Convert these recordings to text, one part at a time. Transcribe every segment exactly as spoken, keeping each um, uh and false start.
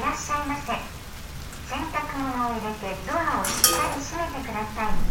らっしゃいませ。洗濯物を入れてドアをしっかり閉めてください。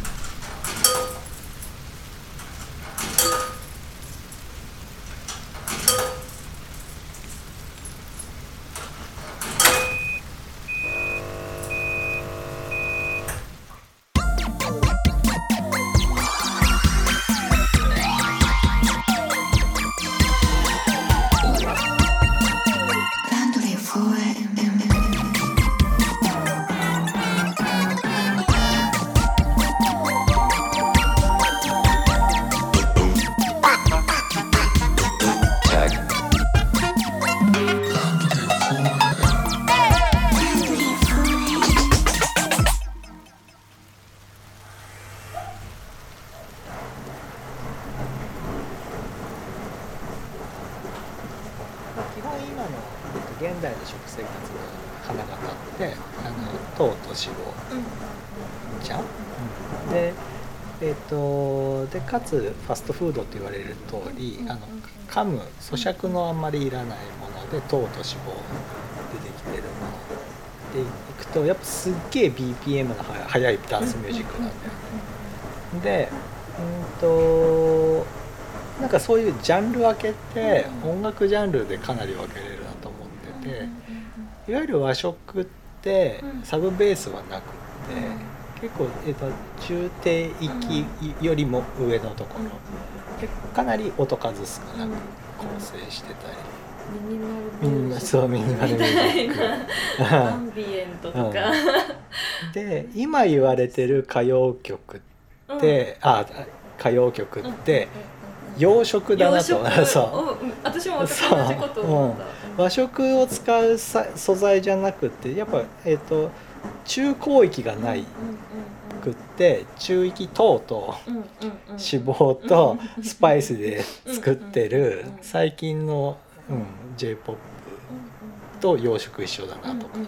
基本今の、えっと、現代の食生活の花形ってあの糖と脂肪じゃん、うん、でえっとでかつファストフードって言われる通りあの噛む咀嚼のあんまりいらないもので糖と脂肪でできてるものでいくとやっぱすっげえ ビーピーエム の速いダンスミュージックなんだよね。でうんとなんかそういうジャンル分けって音楽ジャンルでかなり分けれるなと思ってて、いわゆる和食ってサブベースはなくて結構、えー、と中低域よりも上のところ結構かなり音数少なく構成してたり、 ミニマルミュージックそうミニマルミュージックアンビエントとか、 うん、で今言われてる歌謡曲って、うん、あ歌謡曲って、うん洋食だなとそう、うん、私も同じこと思った、 うん、和食を使う素材じゃなくてやっぱ、えーと、中高域がないくって中域糖と脂肪とスパイスで作ってる最近の、うん、J-ポップ と洋食一緒だなとか。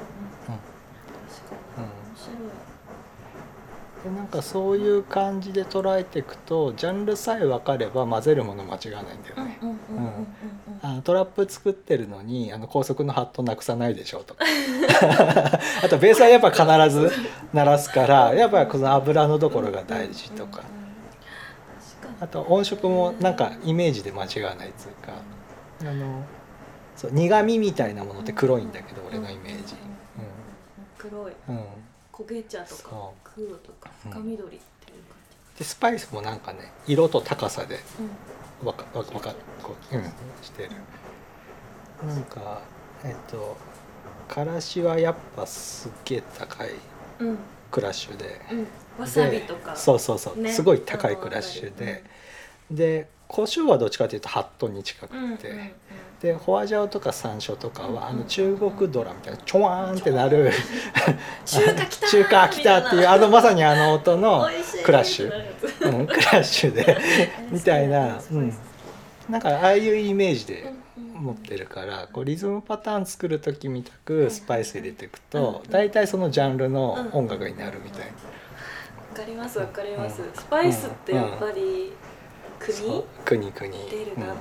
なんかそういう感じで捉えていくとジャンルさえ分かれば混ぜるもの間違わないんだよね。トラップ作ってるのにあの高速のハットなくさないでしょとかあとベースはやっぱ必ず鳴らすからやっぱこの油のところが大事とか、あと音色もなんかイメージで間違わないっていうか、あのそう苦味みたいなものって黒いんだけど俺のイメージ、 うん、黒い、うん焦げ茶とか黒とか深緑っていう感じ、 でスパイスもなんかね色と高さでわかわかわかこう、うん、してる。なんかえっとからしはやっぱすっげえ高いクラッシュで、 うんうん、わさびとかそうそうそう、ね、すごい高いクラッシュで、うん、で胡椒はどっちかというとハットに近くて、うんうんうん、でホアジャオとか山椒とかは、うんうん、あの中国ドラみたいなチョワーンってなる中華来た中華来たっていうあのまさにあの音のクラッシュ、うん、クラッシュでみたいな、うん、なんかああいうイメージで持ってるからこうリズムパターン作る時みたくスパイス入れていくと大体そのジャンルの音楽になるみたいな。 わかりますわかります、うん、スパイスってやっぱり国、 国国出るなと思って、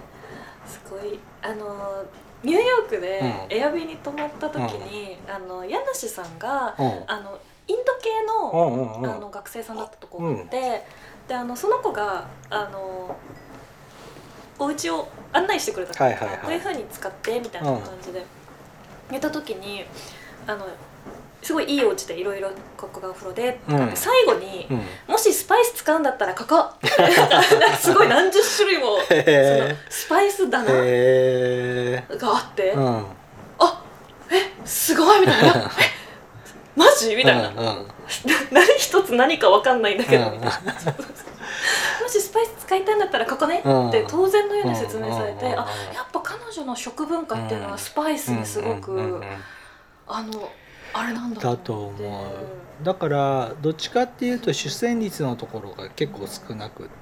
すごいあのニューヨークでエアビーに泊まった時に、うん、あの家主さんが、うん、あのインド系の、うんうんうん、あの学生さんだったところがあって、うん、であのその子があのお家を案内してくれたから、はいはいはい、こういう風に使ってみたいな感じで言った時に、あのすごいいいお家でいろいろここがお風呂で、うん、最後に、うん、もしスパイス使うんだったらここすごい何十種類もそのスパイス棚があって、うん、あえすごいみたいなえマジみたいな、うんうん、何一つ何か分かんないんだけど、うん、みたいなもしスパイス使いたいんだったらここね、うん、って当然のように説明されて、うん、あやっぱ彼女の食文化っていうのはスパイスにすごく、うんうんうんうん、あのあれなんだだと思う。だからどっちかっていうと主旋律のところが結構少なくって、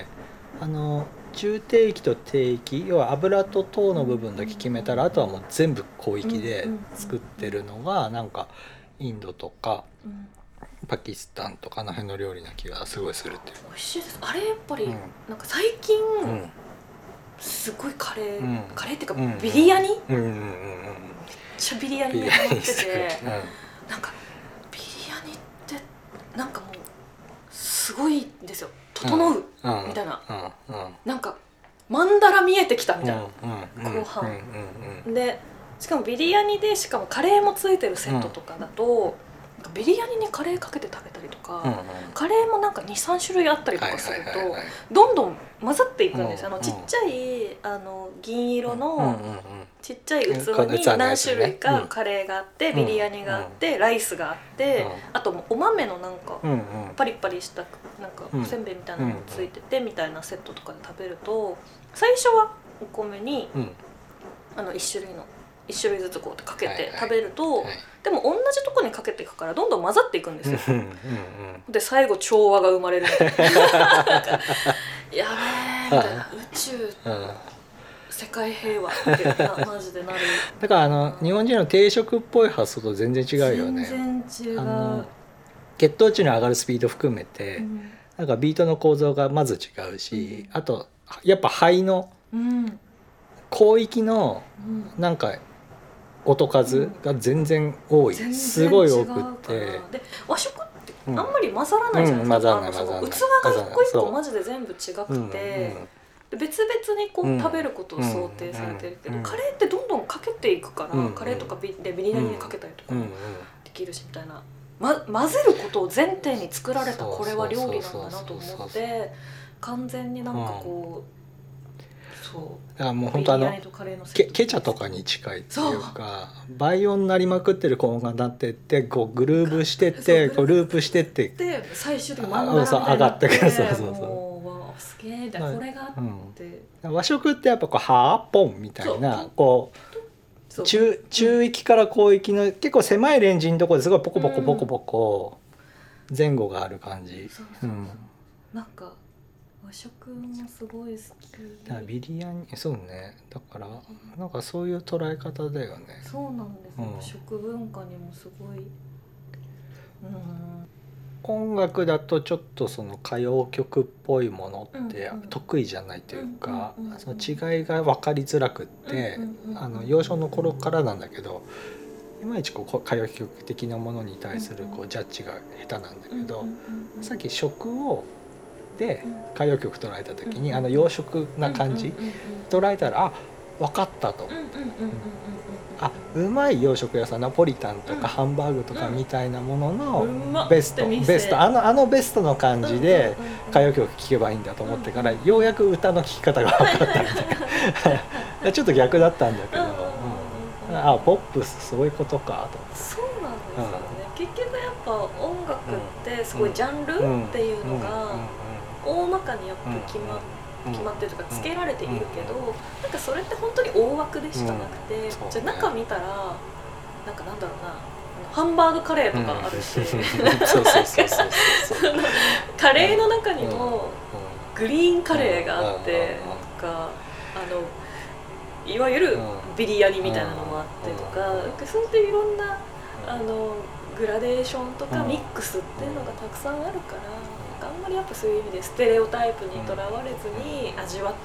あの中低域と低域要は油と糖の部分だけ決めたらあとはもう全部広域で作ってるのがなんかインドとかパキスタンとかの辺の料理な気がすごいするっていう。 美味しいです。あれやっぱり、うん、なんか最近、うん、すごいカレー、うん、カレーっていうか、うん、ビリヤニ、うんうんうんうん、 ちゃビリヤニにハマってて、 うん、 なんかビリヤニってなんかもうすごいんですよ。整うみたいな、 うんうんうん、 なんかマンダラ見えてきたみたいな、 うんうん、 後半、 うんうんうん、 でしかもビリヤニでしかもカレーもついてるセットとかだと、うん、なんかビリヤニにカレーかけて食べたりとか、うんうん、カレーもなんか にさん 種類あったりとかすると、はいはいはいはい、どんどん混ざっていくんですよ、うん、あのちっちゃいあの銀色のちっちゃい器に何種類かカレーがあって、うん、ビリヤニがあって、うん、ライスがあって、うん、あとお豆のなんかパリパリしたなんかおせんべいみたいなのがついててみたいなセットとかで食べると、最初はお米に、うん、あのいち種類のいち種類ずつこうかけて食べると、はいはいはい、でも同じとこにかけていくからどんどん混ざっていくんですよ、うんうんうん、で最後調和が生まれるみたいななんかやべえみたいな、宇宙、うん、世界平和ってなマジでなる。 だからあの日本人の定食っぽい発想と全然違うよね。 全然違う。 血糖値の上がるスピード含めて、うん、なんかビートの構造がまず違うし、うん、あとやっぱ肺の広域のなんか音数が全然多い、うん、すごい多くって、 で和食ってあんまり混ざらないじゃないですか、うんうん、混ざらない混ざらない、器が一個一個マジで全部違くて、うんうん、で別々にこう食べることを想定されてるけど、うんうん、カレーってどんどんかけていくから、うん、カレーとかビでビリヤニにかけたりとかできるしみたいな、ま、混ぜることを前提に作られたこれは料理なんだなと思って、完全になんかこう、そうだからもう本当あのケ, ケチャとかに近いっていうか、倍音になりまくってる高音がなってってこうグルーブしてってこうループしてってで最終的に真ん中みたいになってそうそうそうもうすげえみたいな、これがあって、 うん、和食ってやっぱこうハーポンみたいなこう 中, 中域から広域の結構狭いレンジのところですごいポコポコポコポコ前後がある感じ、 そうそうそう、うん、なんか和食もすごい好き。 だからビリヤニそうね、だからなんかそういう捉え方だよね。 そうなんですよ、うん、食文化にもすごい、うん、 音楽だとちょっとその歌謡曲っぽいものって得意じゃないというか、うんうん、その違いが分かりづらくって、うんうん、あの幼少の頃からなんだけどいまいちこう歌謡曲的なものに対するこうジャッジが下手なんだけど、さっき食をで歌謡曲捉えた時にあの洋食な感じ捉えたらあ分かったと、あうまい洋食屋さんナポリタンとかハンバーグとかみたいなもののベストベストあのあのベストの感じで歌謡曲聴けばいいんだと思ってからようやく歌の聴き方が分かったみたいなちょっと逆だったんだけど、うん、あポップスそういうことかと。 そうなんですよね、うん、結局やっぱ音楽ってすごいジャンルっていうのが大まかにやっぱ決まって決まってるとかつけられているけど、うん、なんかそれって本当に大枠でしかなくて、うん、じゃあ中見たらなんかなんだろうなハンバーグカレーとかあるし、カレーの中にもグリーンカレーがあってとかあのいわゆるビリヤニみたいなのもあってとか、なんかそういういろんなあのグラデーションとかミックスっていうのがたくさんあるから。あんまりやっぱそういう意味でステレオタイプにとらわれずに味わって、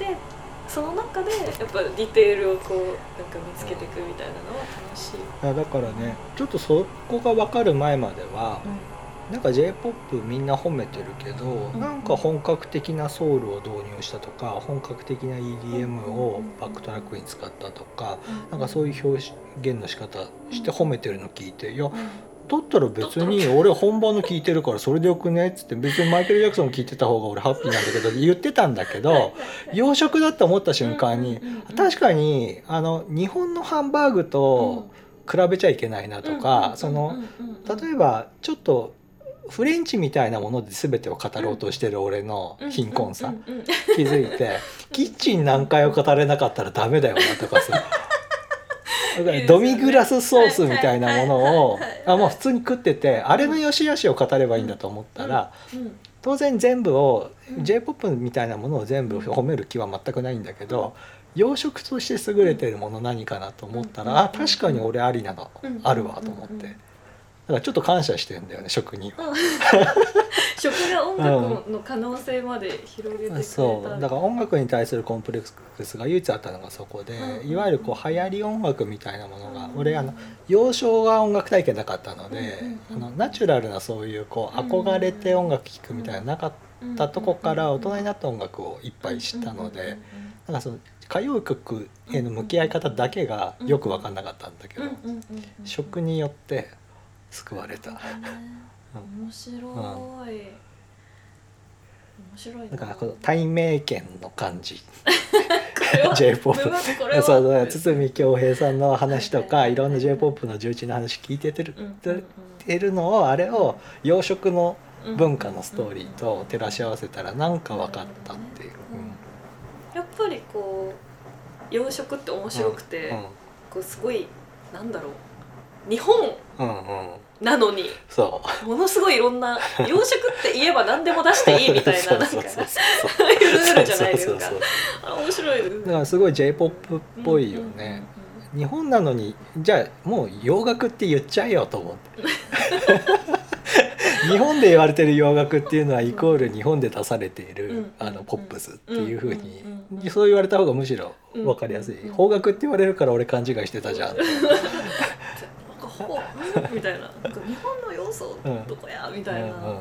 でその中でやっぱディテールをこうなんか見つけていくみたいなのは楽しい。 だからねちょっとそこが分かる前までは、うん、なんか J-ポップ みんな褒めてるけど、うん、なんか本格的なソウルを導入したとか本格的な イーディーエム をバックトラックに使ったとか、うん、なんかそういう表現の仕方して褒めてるの聞いて、いやだったら別に俺本場の聞いてるからそれでよくねっつって別にマイケル・ジャクソン聞いてた方が俺ハッピーなんだけど言ってたんだけど洋食だって思った瞬間に確かにあの日本のハンバーグと比べちゃいけないなとか、その例えばちょっとフレンチみたいなもので全てを語ろうとしてる俺の貧困さ気づいてキッチン何回を語れなかったらダメだよなとかさドミグラスソースみたいなものをあもう普通に食っててあれの良し悪しを語ればいいんだと思ったら当然全部を J-ポップ みたいなものを全部褒める気は全くないんだけど洋食として優れてるもの何かなと思ったらあ確かに俺ありなのあるわと思ってからちょっと感謝してんだよね職人は。 食が音楽の可能性まで広げてくれた、うん、 そうだから音楽に対するコンプレックスが唯一あったのがそこで、うん、いわゆるこう流行り音楽みたいなものが、うん、俺あの幼少が音楽体験なかったので、うん、あのナチュラルなそういうこう憧れて音楽聴くみたいななかったとこから大人になった音楽をいっぱい知ったので、なんかその歌謡曲への向き合い方だけがよく分かんなかったんだけど、食によって救われた。 面白い、うん、面白いな。 だからこの対名圏の感じジェイポップ そう堤恭平さんの話とか、はいはいはいはい、いろんな ジェイポップ の重鎮の話聞いててる、うんうんうん、てるのをあれを洋食の文化のストーリーと照らし合わせたらなんか分かったっていう、 うん、やっぱりこう洋食って面白くて、うんうん、こうすごいなんだろう日本なのに、うんうん、 そうものすごいいろんな洋食って言えば何でも出していいみたいななんかそういうルールじゃないですか。あ面白い。 だからすごい ジェイポップ っぽいよね、うんうんうんうん、日本なのにじゃあもう洋楽って言っちゃえよと思って日本で言われてる洋楽っていうのはイコール日本で出されている、うん、あのポップスっていう風に、うんうん、そう言われた方がむしろ分かりやすい、うん、邦楽って言われるから俺勘違いしてたじゃんみたいな、なんか日本の要素どこやみたいな、うんうんうん、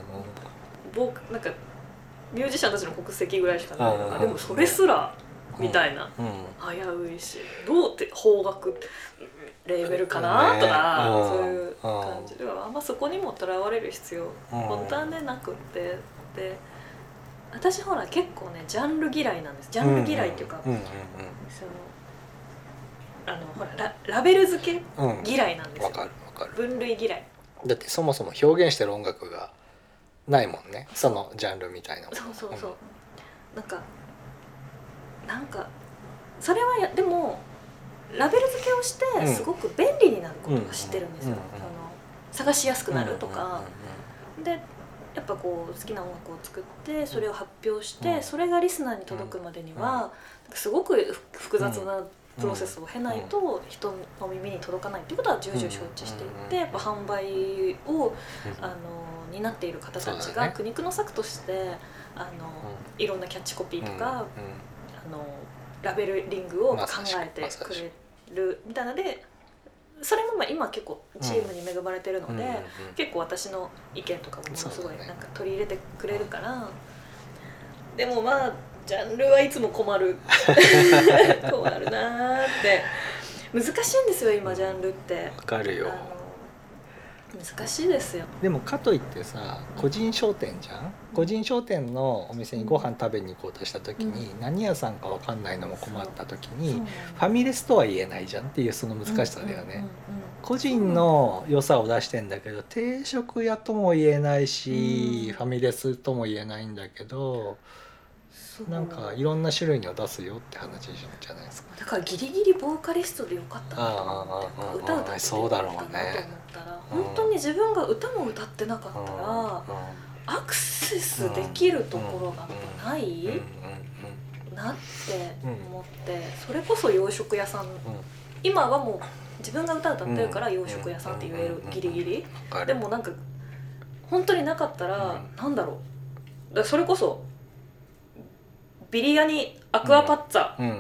なんかミュージシャンたちの国籍ぐらいしかないから、でもそれすらみたいな、うんうん、危ういしどうって邦楽レーベルかな、ね、とか、うん、そういう感じではあんまそこにもとらわれる必要、うん、本当はねなくってで私ほら結構ねジャンル嫌いなんです。ジャンル嫌いっていうか、うんうんうんうん、そのあのほら ラ, ラベル付け嫌いなんですよ、 うん、わかるわかる。 分類嫌いだってそもそも表現してる音楽がないもんね、そのジャンルみたいなもの。 そうそうそう、うん、なんかなんかそれはやでもラベル付けをしてすごく便利になることは知ってるんですよ、うんうんうん、あの探しやすくなるとか、うんうんうんうん、でやっぱこう好きな音楽を作ってそれを発表して、うん、それがリスナーに届くまでには、うん、すごく複雑なプロセスを経ないと人の耳に届かないっていうことは重々承知していて、やっぱ販売をあの担っている方たちが苦肉の策としてあのいろんなキャッチコピーとか、あのラベルリングを考えてくれるみたいなので、それもまあ今結構チームに恵まれてるので、結構私の意見とかもものすごいなんか取り入れてくれるから、でもまあジャンルはいつも困る困るなーって難しいんですよ今ジャンルって。 わかるよ。 難しいですよ。 でもかといってさ個人商店じゃん。個人商店のお店にご飯食べに行こうとした時に、うん、何屋さんか分かんないのも困った時にファミレスとは言えないじゃんっていうその難しさだよね。個人の良さを出してんだけど定食屋とも言えないし、うん、ファミレスとも言えないんだけどなんかいろんな種類には出すよって話じゃないですか。 だからギリギリボーカリストでよかったなと思って歌歌ってそうだろうねと思ったら、本当に自分が歌も歌ってなかったらアクセスできるところがないなって思って、それこそ洋食屋さん、今はもう自分が歌歌ってるから洋食屋さんって言えるギリギリ。でもなんか本当になかったらなんだろう、だからそれこそビリヤニアクアパッツァ、うんうん、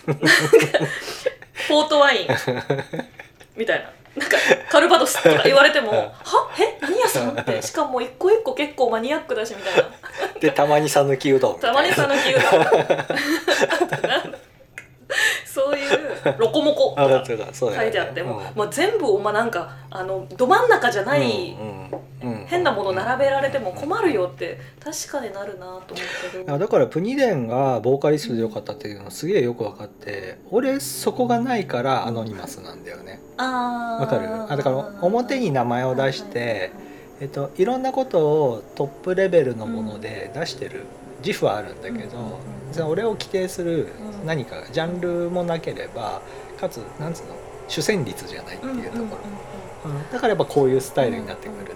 ポートワインみたいな、なんかカルバドスとか言われてもはえ何屋さんって、しかも一個一個結構マニアックだしみたいなでたまに讃岐うどんたまに讃岐うどんそういうロコモコとか書いてあっても、まあ、全部お前なんかあのど真ん中じゃない、うんうん、変なもの並べられても困るよって確かになるなと思ってど、 だからプニデンがボーカリストでよかったっていうのはすげえよく分かって、俺そこがないからアノニマスなんだよね。 あわかる？あだから表に名前を出して、はいはいえっと、いろんなことをトップレベルのもので出してる自負はあるんだけど、うん、俺を規定する何かジャンルもなければかつなんつうの主旋律じゃないっていうところ、うんうんうんうん、だからやっぱこういうスタイルになってくるっていう、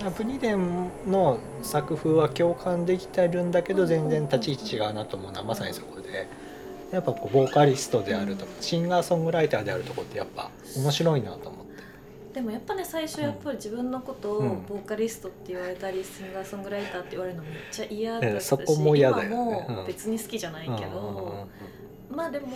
プニデンの作風は共感できてるんだけど全然立ち位置違うなと思うのはまさにそこで、やっぱこうボーカリストであるとかシンガーソングライターであるとこってやっぱ面白いなと思って。 でもやっぱね最初やっぱり自分のことうんをボーカリストって言われたりシンガーソングライターって言われるのめっちゃ嫌だったし、 えそこも嫌だよね今も別に好きじゃないけど、 うんうんうんうんまあでも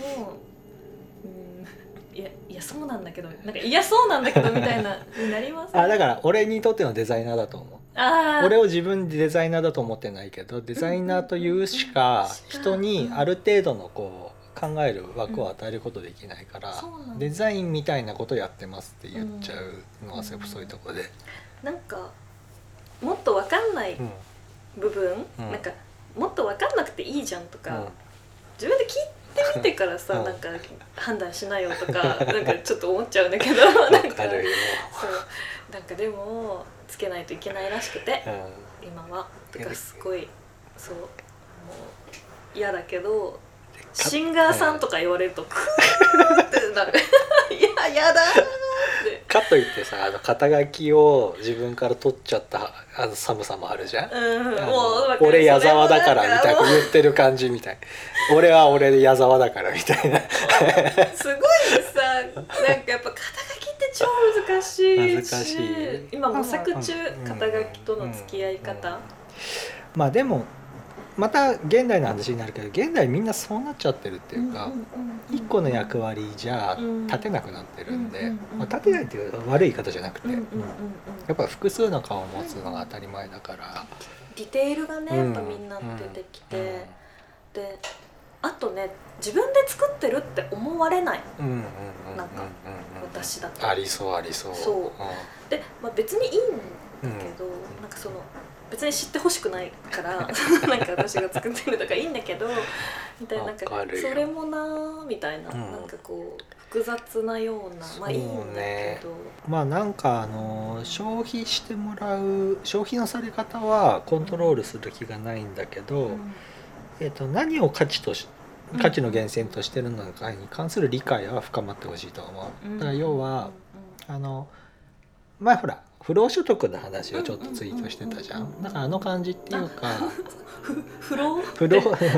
うんいやいやそうなんだけどなんか嫌そうなんだけどみたいなになりますね。 あだから俺にとってのデザイナーだと思う。 あ俺を自分でデザイナーだと思ってないけどデザイナーというしか人にある程度のこう考える枠を与えることできないからそうなんだデザインみたいなことやってますって言っちゃうのがそういうところで、 なんかもっと分かんないうん部分、 うんなんかもっと分かんなくていいじゃんとか、 うん自分で聞いてみてからさ、 うんなんか判断しなよとかなんかちょっと思っちゃうんだけどなんかわかるよ、 そうなんかでもつけないといけないらしくてうん今はてかすごいそうもう嫌だけどシンガーさんとか言われるとクーってなるいややだーってかといってさあの肩書きを自分から取っちゃったあの寒さもあるじゃん、 うんあのもうわかる俺矢沢だからみたいなそれも言ってる感じみたい俺は俺で矢沢だからみたいなすごいさなんかやっぱ肩書きって超難しいし難しい今模索中うん肩書きとの付き合い方、 うんうんまあでもまた現代の話になるけど現代みんなそうなっちゃってるっていうか、一個の役割じゃ立てなくなってるんで、 うんうんうんまあ、立てないっていう悪い言い方じゃなくて、 うんうんうんうんやっぱ複数の顔を持つのが当たり前だから、 ディテールがねうんやっぱみんな出てきて、 うんであとね自分で作ってるって思われないうんうんうんなんかうん私だとありそうありそうそうで、まあ、別にいいんだうんけど、なんかその別に知ってほしくないからなんか私が作ってるとかいいんだけどみたいななんかわかるよそれもなーみたいな、 うんなんかこう複雑なようなまあいいんだけど、 まあなんかあの消費してもらう消費のされ方はコントロールする気がないんだけど、 うんえー、と何を価値とし価値の源泉としてるのかに関する理解は深まってほしいと思う。だから要はあの前ほら不労所得の話をちょっとツイートしてたじゃん。だからあの感じっていうかふ不労不労こんなに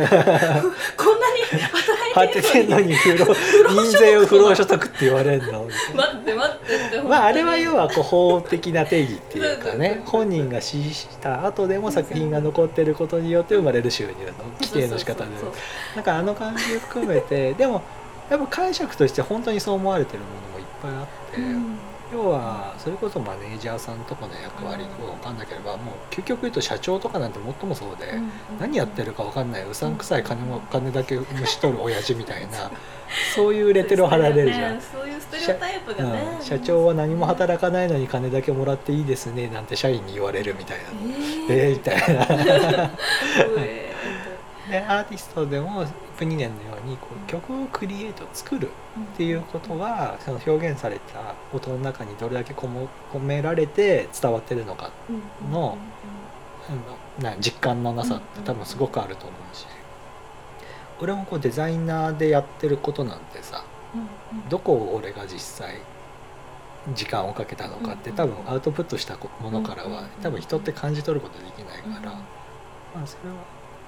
働いてんのに不労印税を不労所得って言われるの待って待ってってまああれは要はこう法的な定義っていうかね本人が指示した後でも作品が残ってることによって生まれる収入の規定の仕方でそうそうそうなんかあの感じを含めてでもやっぱ解釈として本当にそう思われてるものもいっぱいあって、 うん要はそれこそマネージャーさんとかの役割を分かんなければもう究極言うと社長とかなんて最もそうで、 うん何やってるか分かんないうさんくさい金も金だけむし取る親父みたいなそういうレッテルを貼られるじゃん。 そういうステレオタイプがね、 うん、社長は何も働かないのに金だけもらっていいですねなんて社員に言われるみたいなえー、みたいなえでアーティストでもプニネンのようにこう曲をクリエイト作るっていうことはその表現された音の中にどれだけこも込められて伝わってるのかのうんな実感のなさって多分すごくあると思うし俺もこうデザイナーでやってることなんてさどこを俺が実際時間をかけたのかって多分アウトプットしたものからは多分人って感じ取ることできないから、まあそれは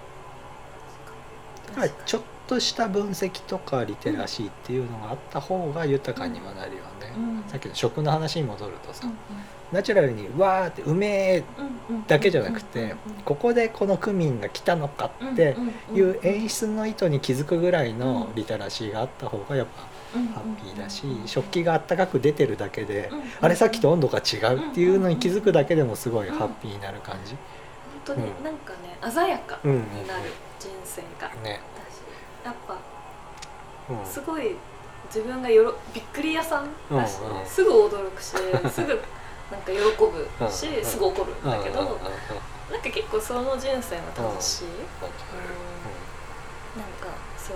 だからちょっとした分析とかリテラシーっていうのがあった方が豊かにはなるよね、 うんさっきの食の話に戻るとさ、ナチュラルにわーってうめえだけじゃなくてここでこのクミンが来たのかっていう演出の意図に気づくぐらいのリテラシーがあった方がやっぱハッピーだし食器があったかく出てるだけであれさっきと温度が違うっていうのに気づくだけでもすごいハッピーになる感じ。 本当になんかね鮮やかになる人生がね、 やっぱうんすごい自分がよろびっくり屋さんだしうんうんすぐ驚くしすぐなんか喜ぶしうんすぐ怒るんだけどうんうんうんうんなんか結構その人生が楽しい、うん、 わかなんかそう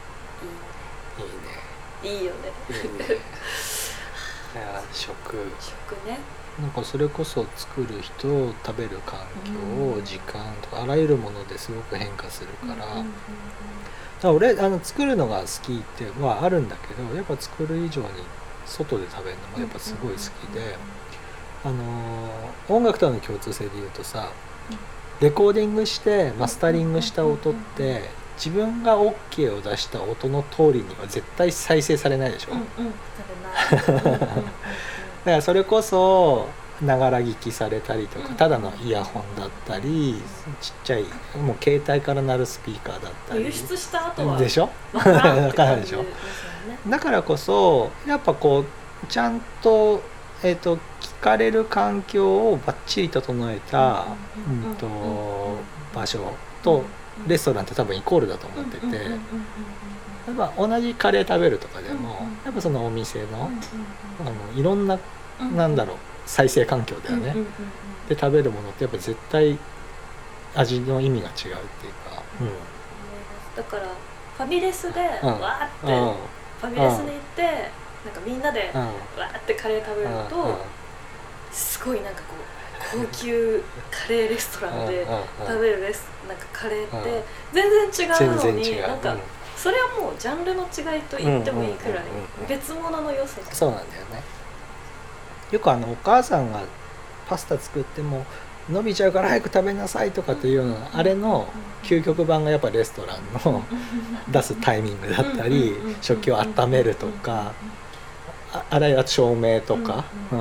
る、うん、いいねいいいいよねいいねいや食食ねなんかそれこそ作る人食べる環境、 うん時間とかあらゆるものですごく変化するから、 うんうんうんうんだから俺あの作るのが好きってはあるんだけどやっぱ作る以上に外で食べるのもやっぱすごい好きで、あのー音楽との共通性で言うとさレコーディングしてマスタリングした音って自分が OK を出した音の通りには絶対再生されないでしょ、 うんうん食べないうんうんうんうんからそれこそながら聞きされたりとか、ただのイヤホンだったり、ちっちゃいもう携帯から鳴るスピーカーだったり、 輸出した後はでしょわからんわってからんでしょ感じですよね。 だからこそやっぱこうちゃんと、えー、と聞かれる環境をバッチリ整えた、 うんうんと場所とレストランって多分イコールだと思ってて、 うんうんうんうんうんやっぱ同じカレー食べるとかでも、 うんうんやっぱそのお店の、 うんうんあのいろんな、 うんなんだろう再生環境だよね、 うんうんうんうんで食べるものってやっぱ絶対味の意味が違うっていうか、 だからファミレスでわうんーって、 うんファミレスに行ってなんかみんなでうんわーってカレー食べるのと、 うんすごいなんかこう高級カレーレストランで食べるレスなんかカレーって全然違うのに、 全然違う、 なんかうんそれはもうジャンルの違いと言ってもいいくらいうんうんうんうん別物の良さじゃん。 そうなんだよね。よくあのお母さんがパスタ作っても伸びちゃうから早く食べなさいとかっていうような、あれの究極版がやっぱレストランの出すタイミングだったり、食器を温めるとか、ああるいは照明とか、うん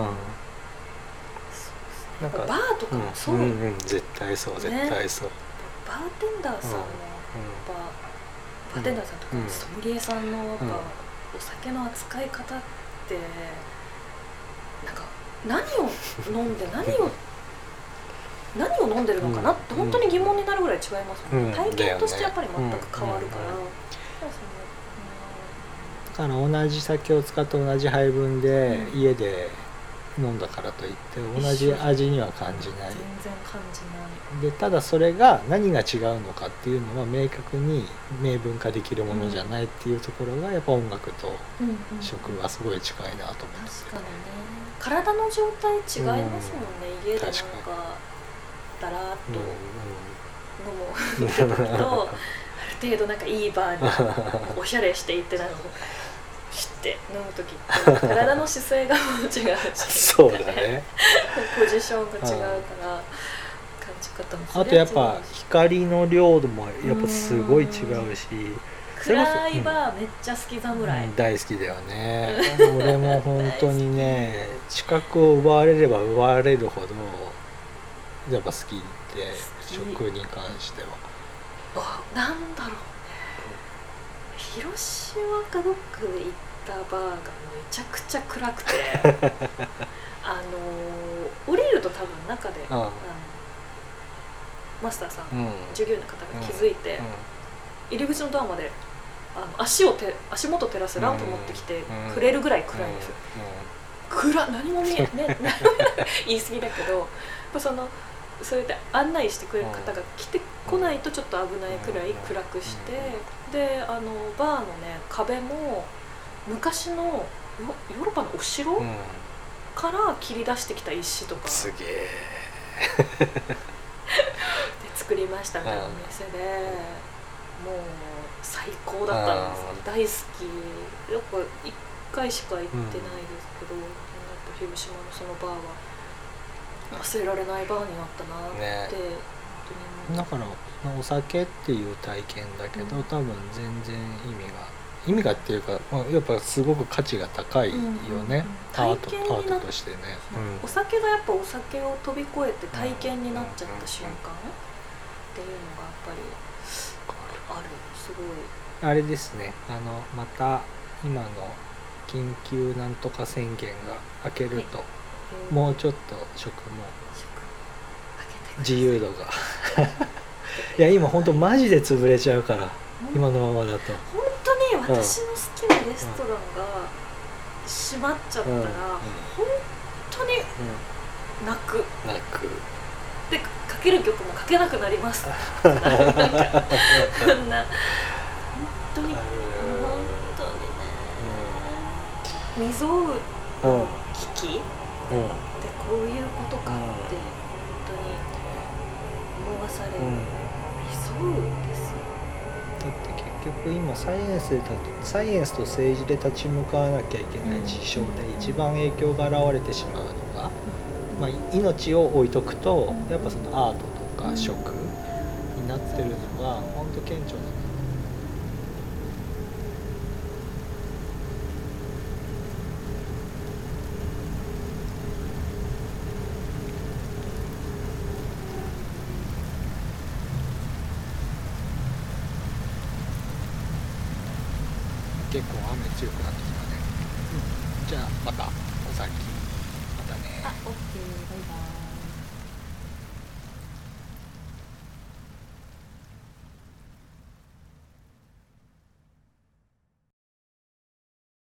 なんかバーとかもそう、 うんうんうん、絶対そう絶対そう、 バーテンダーさんのやっぱ、バーテンダーさんとか、 うんソムリエさんのやっぱ、 うんお酒の扱い方ってなんか何を飲んで何を何を飲んでるのかなって本当に疑問になるぐらい違いますもんね、 うん体験としてやっぱり全く変わるから、 うんうんうんそのだから同じ酒を使って同じ配分でうん家で飲んだからといって同じ味には感じない全然感じない。 で、ただそれが何が違うのかっていうのは明確に明文化できるものじゃないっていうところがやっぱ音楽とうんうん食はすごい近いなと思ってて、 確かにね、体の状態違いますもんね、 うん家でなんか確かだらーっとうん飲む時と、ある程度なんかいいバーにおしゃれしていってなんか知って飲む時って体の姿勢がもう違うしそうだねポジションが違うから感じ方もあとやっぱ違うし光の量もやっぱすごい違うし、それこそ暗いバーめっちゃ好き侍、 うん大好きだよね俺も本当にね視覚を奪われれば奪われるほどやっぱ好きで、食に関してはあなんだろうね、広島かどっかで行ったバーがめちゃくちゃ暗くてあの降りると多分中で、 うんあのマスターさん、 うん従業員の方が気づいて、入り口のドアまであの足をて足元照らすランプ持ってきてくれるぐらい暗いんですよ、暗何も見えね言い過ぎだけどやっぱそのそうやって案内してくれる方が来てこないとちょっと危ないくらい暗くして、であのバーのね壁も昔のヨヨーロッパのお城うんうんから切り出してきた石とかすげえで作りましたみたいなお店で、もう最高だったんですうん大好き。やっぱいっかいしか行ってないですけど、うん、広島のそのバーは忘れられないバーになったなって、 ね本当にだからお酒っていう体験だけど、多分全然意味が意味がっていうか、まあ、やっぱすごく価値が高いよね、 うんうんうんアート体験になアートとしてね、 お酒がやっぱお酒を飛び越えて体験になっちゃった瞬間っていうのがやっぱりある。すごいあれですね、あのまた今の緊急なんとか宣言が明けると、もうちょっと食も自由度がいや今本当マジで潰れちゃうから、今のままだと本当に私の好きなレストランが閉まっちゃったら、 うんうん本当に泣く、 なくでかける曲もかけなくなりますなんかこんな本当に本当にね、未曾有の危機ってうんうんこういうことかって本当に思わされる、未曾有ですよ。 だって結局今サイエンスでたサイエンスと政治で立ち向かわなきゃいけない事象で一番影響が現れてしまうのが、まあ、命を置いとくとやっぱそのアートとか食になってるのが本当顕著なの。 結構雨強くなってきたね、うん、じゃあまたお先。